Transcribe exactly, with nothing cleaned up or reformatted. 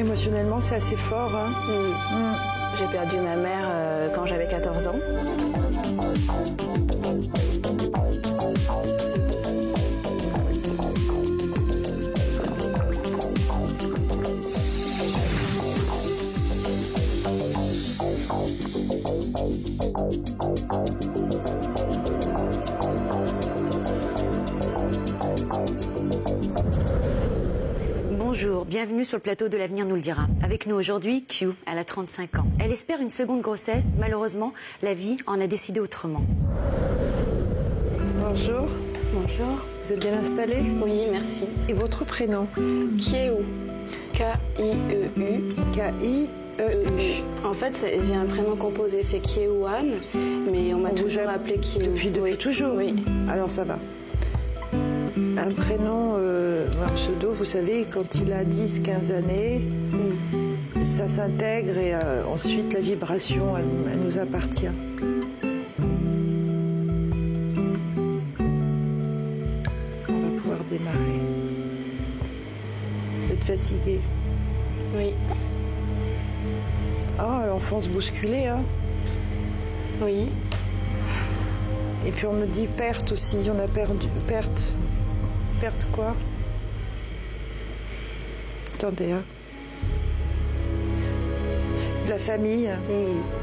Émotionnellement, c'est assez fort. Hein. Mmh. Mmh. J'ai perdu ma mère euh, quand j'avais quatorze ans. Bonjour, bienvenue sur le plateau de l'Avenir nous le dira. Avec nous aujourd'hui, Q, elle a trente-cinq ans. Elle espère une seconde grossesse. Malheureusement, la vie en a décidé autrement. Bonjour. Bonjour. Vous êtes bien installée? Oui, merci. Et votre prénom? Kieu. K I E U. K I E U. En fait, j'ai un prénom composé, c'est Kieuan, mais on m'a toujours appelé Kieu. Depuis, depuis oui. toujours? Oui. Alors ça va. Un prénom, euh, un pseudo, vous savez, quand il a dix quinze années, mm. ça s'intègre et euh, ensuite la vibration, elle, elle nous appartient. On va pouvoir démarrer. Vous êtes fatiguée? Oui. Ah, l'enfance bousculée, hein? Oui. Et puis on me dit perte aussi, on a perdu, perte. Perte quoi? Attendez, hein. La famille. Mmh.